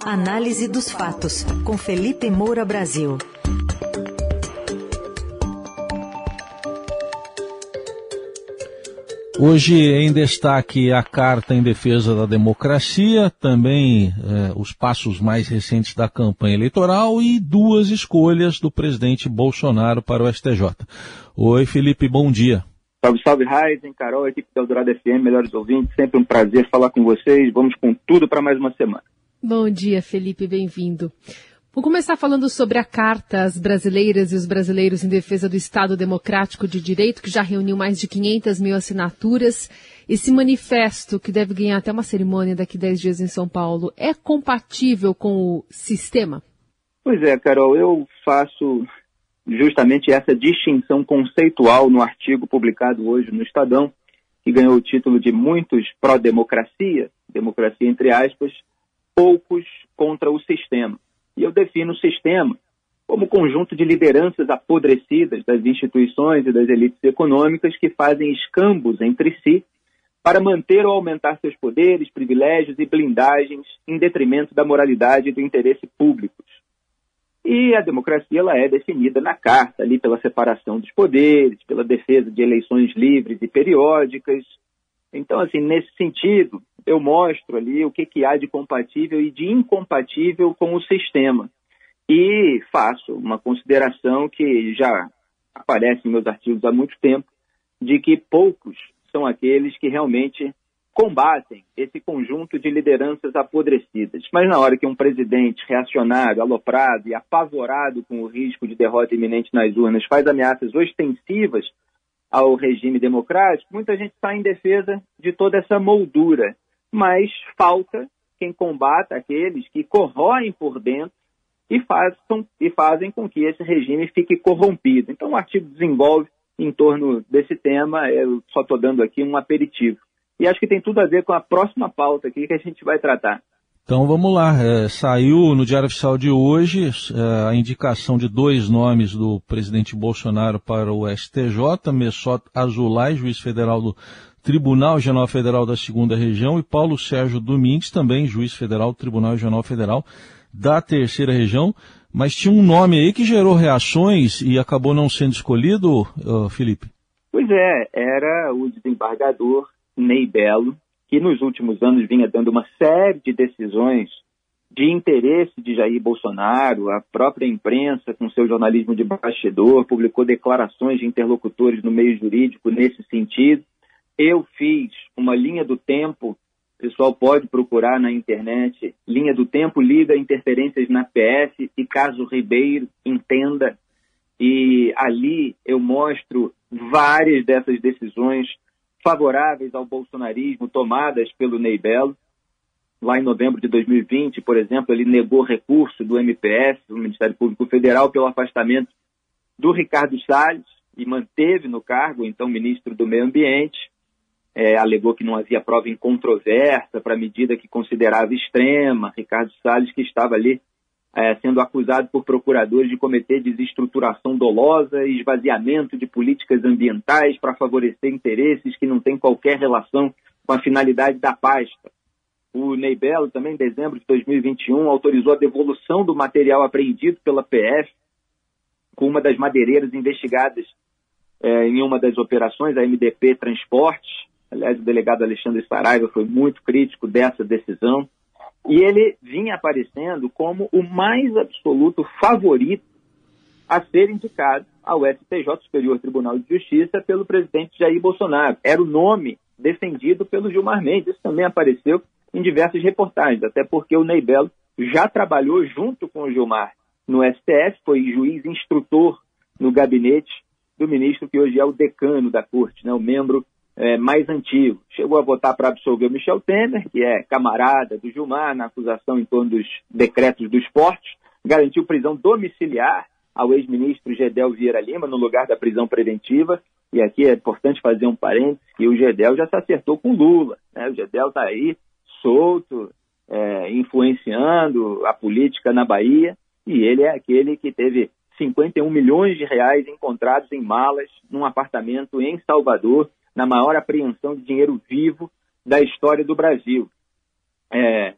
Análise dos fatos, com Felipe Moura Brasil. Hoje em destaque a Carta em Defesa da Democracia, também os passos mais recentes da campanha eleitoral e duas escolhas do presidente Bolsonaro para o STJ. Oi, Felipe, bom dia. Salve, salve, Raízen, Carol, equipe da Eldorado FM, melhores ouvintes, sempre um prazer falar com vocês. Vamos com tudo para mais uma semana. Bom dia, Felipe, bem-vindo. Vou começar falando sobre a Carta às Brasileiras e os Brasileiros em Defesa do Estado Democrático de Direito, que já reuniu mais de 500 mil assinaturas. Esse manifesto, que deve ganhar até uma cerimônia daqui a 10 dias em São Paulo, é compatível com o sistema? Pois é, Carol, eu faço justamente essa distinção conceitual no artigo publicado hoje no Estadão, que ganhou o título de Muitos pró-democracia, democracia entre aspas, poucos contra o sistema. E eu defino o sistema como conjunto de lideranças apodrecidas das instituições e das elites econômicas que fazem escambos entre si para manter ou aumentar seus poderes, privilégios e blindagens em detrimento da moralidade e do interesse públicos. E a democracia ela é definida na Carta, ali pela separação dos poderes, pela defesa de eleições livres e periódicas. Então, assim, nesse sentido, eu mostro ali o que há de compatível e de incompatível com o sistema. E faço uma consideração que já aparece em meus artigos há muito tempo, de que poucos são aqueles que realmente combatem esse conjunto de lideranças apodrecidas. Mas na hora que um presidente reacionário, aloprado e apavorado com o risco de derrota iminente nas urnas faz ameaças ostensivas ao regime democrático, muita gente está em defesa de toda essa moldura. Mas falta quem combata aqueles que corroem por dentro e fazem com que esse regime fique corrompido. Então o artigo desenvolve em torno desse tema, eu só estou dando aqui um aperitivo. E acho que tem tudo a ver com a próxima pauta aqui que a gente vai tratar. Então vamos lá, saiu no Diário Oficial de hoje a indicação de dois nomes do presidente Bolsonaro para o STJ, Messot Azulay, juiz federal do Tribunal Regional Federal da 2ª Região, e Paulo Sérgio Domingues, também juiz federal do Tribunal Regional Federal da 3ª Região, mas tinha um nome aí que gerou reações e acabou não sendo escolhido, Felipe? Pois é, era o desembargador Ney Belo, que nos últimos anos vinha dando uma série de decisões de interesse de Jair Bolsonaro. A própria imprensa, com seu jornalismo de bastidor, publicou declarações de interlocutores no meio jurídico nesse sentido. Eu fiz uma linha do tempo, o pessoal pode procurar na internet, linha do tempo liga interferências na PF e caso Ribeiro, entenda. E ali eu mostro várias dessas decisões favoráveis ao bolsonarismo tomadas pelo Ney Belo. Lá em novembro de 2020, por exemplo, ele negou recurso do MPF, do Ministério Público Federal, pelo afastamento do Ricardo Salles e manteve no cargo, então, ministro do Meio Ambiente. Alegou que não havia prova incontroversa para a medida que considerava extrema. Ricardo Salles, que estava ali sendo acusado por procuradores de cometer desestruturação dolosa e esvaziamento de políticas ambientais para favorecer interesses que não têm qualquer relação com a finalidade da pasta. O Ney Belo, também em dezembro de 2021, autorizou a devolução do material apreendido pela PF com uma das madeireiras investigadas em uma das operações, a MDP Transportes. Aliás, o delegado Alexandre Saraiva foi muito crítico dessa decisão. E ele vinha aparecendo como o mais absoluto favorito a ser indicado ao STJ, Superior Tribunal de Justiça, pelo presidente Jair Bolsonaro. Era o nome defendido pelo Gilmar Mendes. Isso também apareceu em diversas reportagens, até porque o Ney Belo já trabalhou junto com o Gilmar no STF, foi juiz instrutor no gabinete do ministro que hoje é o decano da corte, né, o membro mais antigo. Chegou a votar para absolver o Michel Temer, que é camarada do Gilmar, na acusação em torno dos decretos do esporte, garantiu prisão domiciliar ao ex-ministro Gedel Vieira Lima, no lugar da prisão preventiva, e aqui é importante fazer um parênteses, que o Gedel já se acertou com Lula, né? O Gedel está aí solto, influenciando a política na Bahia, e ele é aquele que teve 51 milhões de reais encontrados em malas num apartamento em Salvador, na maior apreensão de dinheiro vivo da história do Brasil.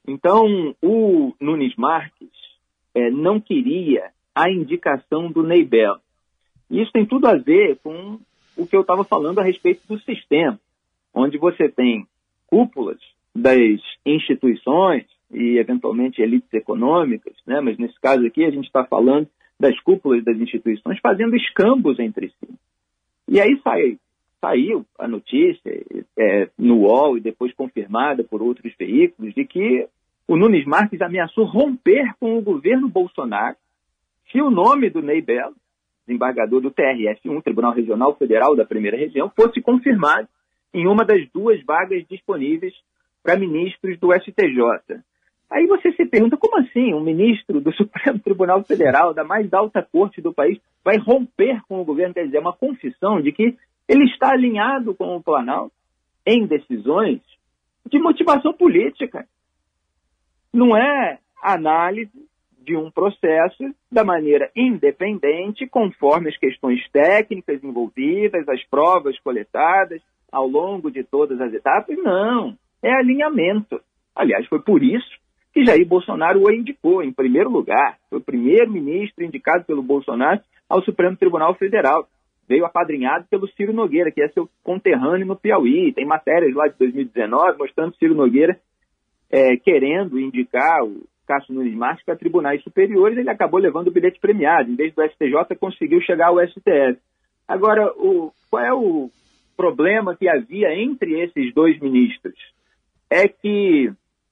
Então, o Nunes Marques não queria a indicação do Ney Belo. E isso tem tudo a ver com o que eu estava falando a respeito do sistema, onde você tem cúpulas das instituições e, eventualmente, elites econômicas, né? Mas, nesse caso aqui, a gente está falando das cúpulas das instituições fazendo escambos entre si. E aí saiu a notícia no UOL e depois confirmada por outros veículos de que o Nunes Marques ameaçou romper com o governo Bolsonaro se o nome do Ney Belo, desembargador do TRF1, Tribunal Regional Federal da Primeira Região, fosse confirmado em uma das 2 vagas disponíveis para ministros do STJ. Aí você se pergunta, como assim um ministro do Supremo Tribunal Federal, da mais alta corte do país, vai romper com o governo? Quer dizer, é uma confissão de que ele está alinhado com o Planalto em decisões de motivação política. Não é análise de um processo da maneira independente, conforme as questões técnicas envolvidas, as provas coletadas ao longo de todas as etapas. Não, é alinhamento. Aliás, foi por isso que Jair Bolsonaro o indicou em primeiro lugar. Foi o primeiro ministro indicado pelo Bolsonaro ao Supremo Tribunal Federal. Veio apadrinhado pelo Ciro Nogueira, que é seu conterrâneo no Piauí. Tem matérias lá de 2019 mostrando Ciro Nogueira querendo indicar o Cássio Nunes Marques para tribunais superiores. Ele acabou levando o bilhete premiado. Em vez do STJ, conseguiu chegar ao STF. Agora, qual é o problema que havia entre esses 2 ministros? É que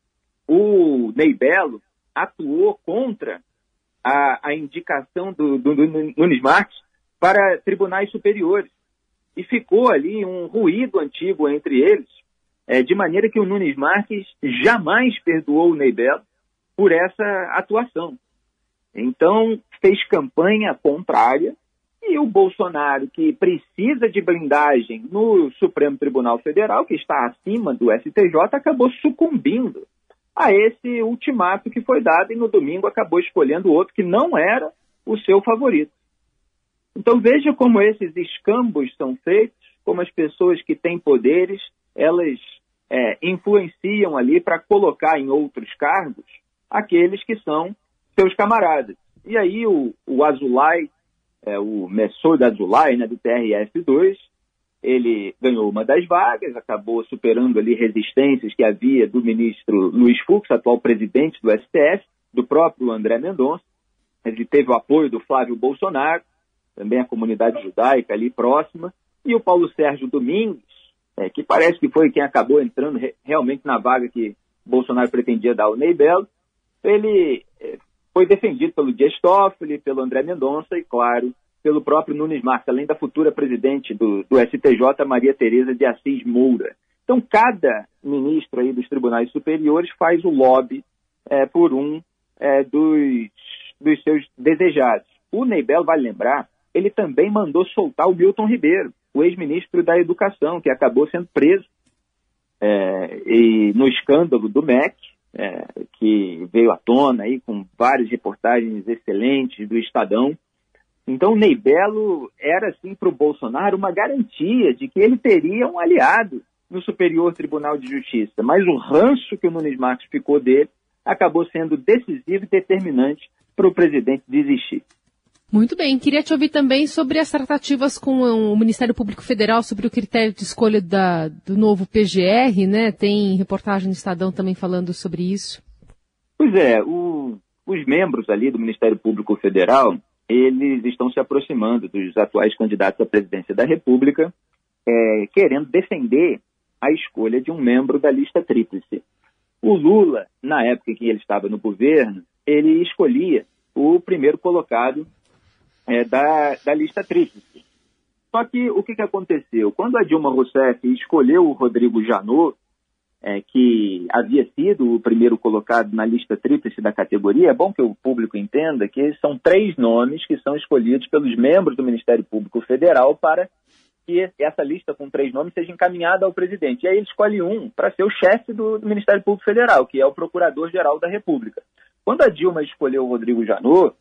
o Ney Belo atuou contra a indicação do Nunes Marques para tribunais superiores. E ficou ali um ruído antigo entre eles, de maneira que o Nunes Marques jamais perdoou o Ney Belo por essa atuação. Então, fez campanha contrária, e o Bolsonaro, que precisa de blindagem no Supremo Tribunal Federal, que está acima do STJ, acabou sucumbindo a esse ultimato que foi dado, e no domingo acabou escolhendo outro que não era o seu favorito. Então veja como esses escambos são feitos, como as pessoas que têm poderes, elas influenciam ali para colocar em outros cargos aqueles que são seus camaradas. E aí o Azulay, o Messoud Azulay, né, do TRF2, ele ganhou uma das vagas, acabou superando ali resistências que havia do ministro Luiz Fux, atual presidente do STF, do próprio André Mendonça. Ele teve o apoio do Flávio Bolsonaro, também a comunidade judaica ali próxima, e o Paulo Sérgio Domingues, que parece que foi quem acabou entrando realmente na vaga que Bolsonaro pretendia dar ao Ney Belo. Ele foi defendido pelo Dias Toffoli, pelo André Mendonça e, claro, pelo próprio Nunes Marques, além da futura presidente do STJ, Maria Tereza de Assis Moura. Então, cada ministro aí dos tribunais superiores faz o lobby por um dos seus desejados. O Ney Belo, vale lembrar, ele também mandou soltar o Milton Ribeiro, o ex-ministro da Educação, que acabou sendo preso e no escândalo do MEC, que veio à tona aí com várias reportagens excelentes do Estadão. Então, o Ney Belo era, assim, para o Bolsonaro uma garantia de que ele teria um aliado no Superior Tribunal de Justiça. Mas o ranço que o Nunes Marques ficou dele acabou sendo decisivo e determinante para o presidente desistir. Muito bem. Queria te ouvir também sobre as tratativas com o Ministério Público Federal sobre o critério de escolha do novo PGR, né? Tem reportagem do Estadão também falando sobre isso. Pois é, os membros ali do Ministério Público Federal, eles estão se aproximando dos atuais candidatos à presidência da República, querendo defender a escolha de um membro da lista tríplice. O Lula, na época que ele estava no governo, ele escolhia o primeiro colocado da lista tríplice. Só que o que aconteceu? Quando a Dilma Rousseff escolheu o Rodrigo Janot, que havia sido o primeiro colocado na lista tríplice da categoria, é bom que o público entenda que são 3 nomes que são escolhidos pelos membros do Ministério Público Federal para que essa lista com 3 nomes seja encaminhada ao presidente. E aí ele escolhe um para ser o chefe do Ministério Público Federal, que é o Procurador-Geral da República. Quando a Dilma escolheu o Rodrigo Janot,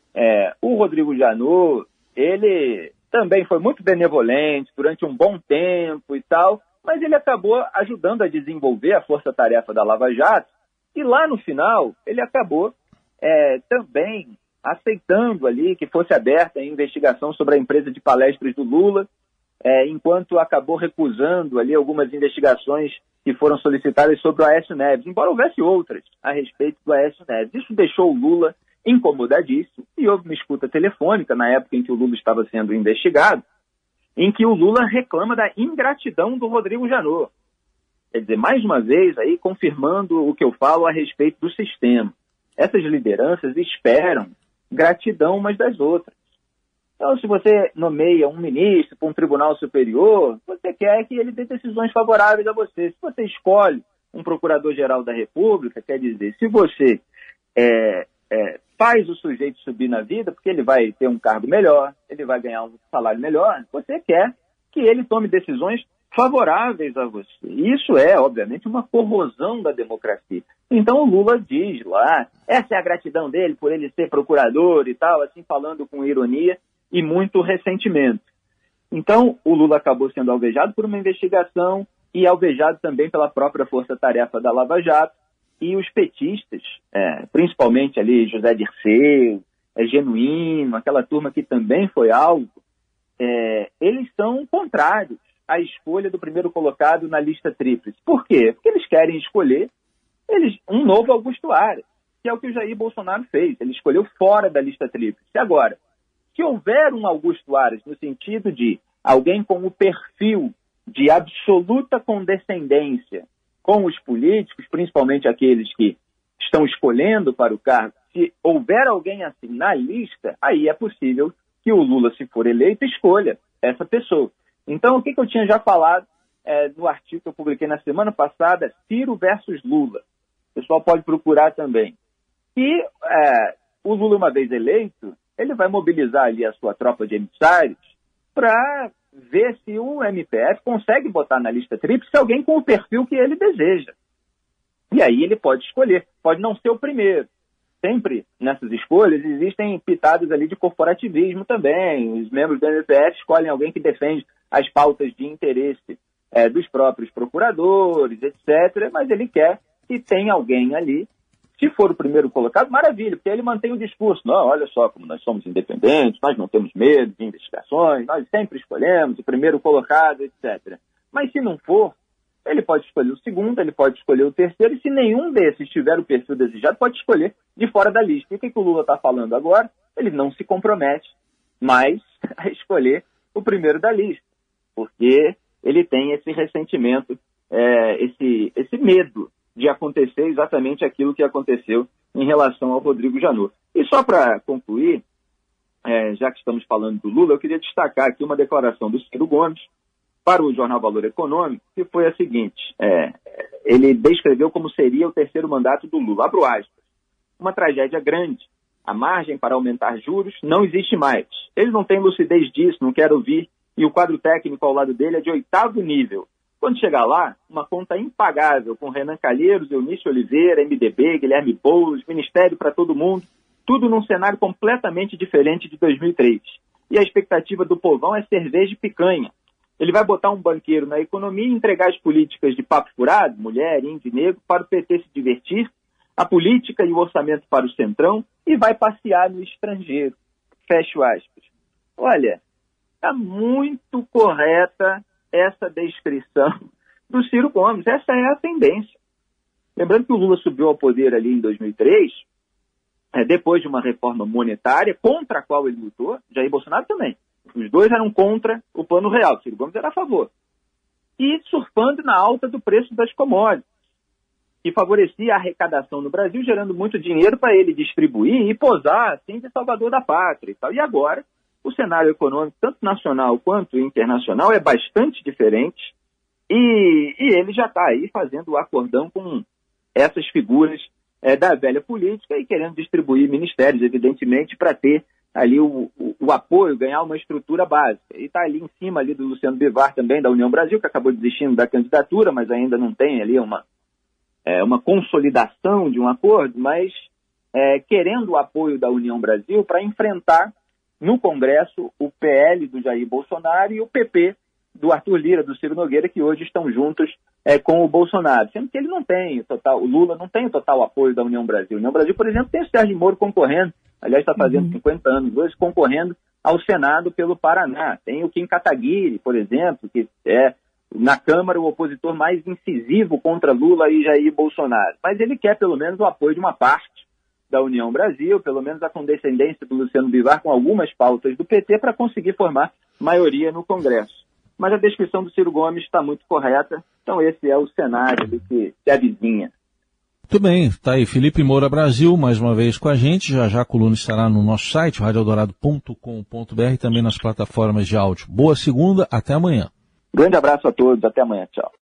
ele também foi muito benevolente durante um bom tempo e tal, mas ele acabou ajudando a desenvolver a força-tarefa da Lava Jato E lá no final, ele acabou também aceitando ali que fosse aberta a investigação sobre a empresa de palestras do Lula, enquanto acabou recusando ali algumas investigações que foram solicitadas sobre o Aécio Neves, embora houvesse outras a respeito do Aécio Neves. Isso deixou o Lula incomodadíssimo e houve uma escuta telefônica na época em que o Lula estava sendo investigado, em que o Lula reclama da ingratidão do Rodrigo Janot. Quer dizer, mais uma vez, aí confirmando o que eu falo a respeito do sistema. Essas lideranças esperam gratidão umas das outras. Então, se você nomeia um ministro para um tribunal superior, você quer que ele dê decisões favoráveis a você. Se você escolhe um procurador-geral da República, quer dizer, se você faz o sujeito subir na vida, porque ele vai ter um cargo melhor, ele vai ganhar um salário melhor, você quer que ele tome decisões favoráveis a você. Isso é, obviamente, uma corrosão da democracia. Então o Lula diz lá, essa é a gratidão dele por ele ser procurador e tal, assim falando com ironia e muito ressentimento. Então o Lula acabou sendo alvejado por uma investigação e alvejado também pela própria força-tarefa da Lava Jato, e os petistas, principalmente ali José Dirceu, Genuíno, aquela turma que também foi alvo, eles são contrários à escolha do primeiro colocado na lista tríplice. Por quê? Porque eles querem escolher um novo Augusto Aras, que é o que o Jair Bolsonaro fez. Ele escolheu fora da lista tríplice. Agora, se houver um Augusto Aras no sentido de alguém com o perfil de absoluta condescendência com os políticos, principalmente aqueles que estão escolhendo para o cargo, se houver alguém assim na lista, aí é possível que o Lula, se for eleito, escolha essa pessoa. Então, o que eu tinha já falado no artigo que eu publiquei na semana passada, Ciro versus Lula. O pessoal pode procurar também. E o Lula, uma vez eleito, ele vai mobilizar ali a sua tropa de emissários para ver se o MPF consegue botar na lista tríplice alguém com o perfil que ele deseja. E aí ele pode escolher, pode não ser o primeiro. Sempre nessas escolhas existem pitadas ali de corporativismo também. Os membros do MPF escolhem alguém que defende as pautas de interesse dos próprios procuradores, etc. Mas ele quer que tenha alguém ali. Se for o primeiro colocado, maravilha, porque ele mantém o discurso. Não, olha só como nós somos independentes, nós não temos medo de investigações, nós sempre escolhemos o primeiro colocado, etc. Mas se não for, ele pode escolher o segundo, ele pode escolher o terceiro, e se nenhum desses tiver o perfil desejado, pode escolher de fora da lista. E o que o Lula está falando agora? Ele não se compromete mais a escolher o primeiro da lista, porque ele tem esse ressentimento, esse medo de acontecer exatamente aquilo que aconteceu em relação ao Rodrigo Janot. E só para concluir, já que estamos falando do Lula, eu queria destacar aqui uma declaração do Ciro Gomes para o jornal Valor Econômico, que foi a seguinte, ele descreveu como seria o terceiro mandato do Lula. Abro aspas, uma tragédia grande, a margem para aumentar juros não existe mais. Ele não tem lucidez disso, não quer ouvir, e o quadro técnico ao lado dele é de 8º nível. Quando chegar lá, uma conta impagável com Renan Calheiros, Eunício Oliveira, MDB, Guilherme Boulos, Ministério para todo mundo, tudo num cenário completamente diferente de 2003. E a expectativa do povão é cerveja e picanha. Ele vai botar um banqueiro na economia e entregar as políticas de papo furado, mulher, índio e negro, para o PT se divertir, a política e o orçamento para o Centrão, e vai passear no estrangeiro. Fecho aspas. Olha, está muito correta essa descrição do Ciro Gomes. Essa é a tendência. Lembrando que o Lula subiu ao poder ali em 2003, depois de uma reforma monetária, contra a qual ele lutou, Jair Bolsonaro também. Os dois eram contra o Plano Real, Ciro Gomes era a favor. E surfando na alta do preço das commodities, que favorecia a arrecadação no Brasil, gerando muito dinheiro para ele distribuir e posar assim de salvador da pátria e tal. E agora, o cenário econômico, tanto nacional quanto internacional, é bastante diferente e ele já está aí fazendo o acordão com essas figuras da velha política e querendo distribuir ministérios, evidentemente, para ter ali o apoio, ganhar uma estrutura básica. E está ali em cima ali do Luciano Bivar também, da União Brasil, que acabou desistindo da candidatura, mas ainda não tem ali uma consolidação de um acordo, mas querendo o apoio da União Brasil para enfrentar no Congresso o PL do Jair Bolsonaro e o PP do Arthur Lira, do Ciro Nogueira, que hoje estão juntos com o Bolsonaro, sendo que ele não tem o Lula não tem o total apoio da União Brasil. A União Brasil, por exemplo, tem o Sérgio Moro concorrendo, aliás, está fazendo 50 anos hoje, concorrendo ao Senado pelo Paraná. Tem o Kim Kataguiri, por exemplo, que é, na Câmara, o opositor mais incisivo contra Lula e Jair Bolsonaro. Mas ele quer, pelo menos, o apoio de uma parte da União Brasil, pelo menos a condescendência do Luciano Bivar com algumas pautas do PT para conseguir formar maioria no Congresso. Mas a descrição do Ciro Gomes está muito correta, então esse é o cenário do que se avizinha. Muito bem, está aí Felipe Moura Brasil, mais uma vez com a gente, já a coluna estará no nosso site, radioeldorado.com.br e também nas plataformas de áudio. Boa segunda, até amanhã. Grande abraço a todos, até amanhã, tchau.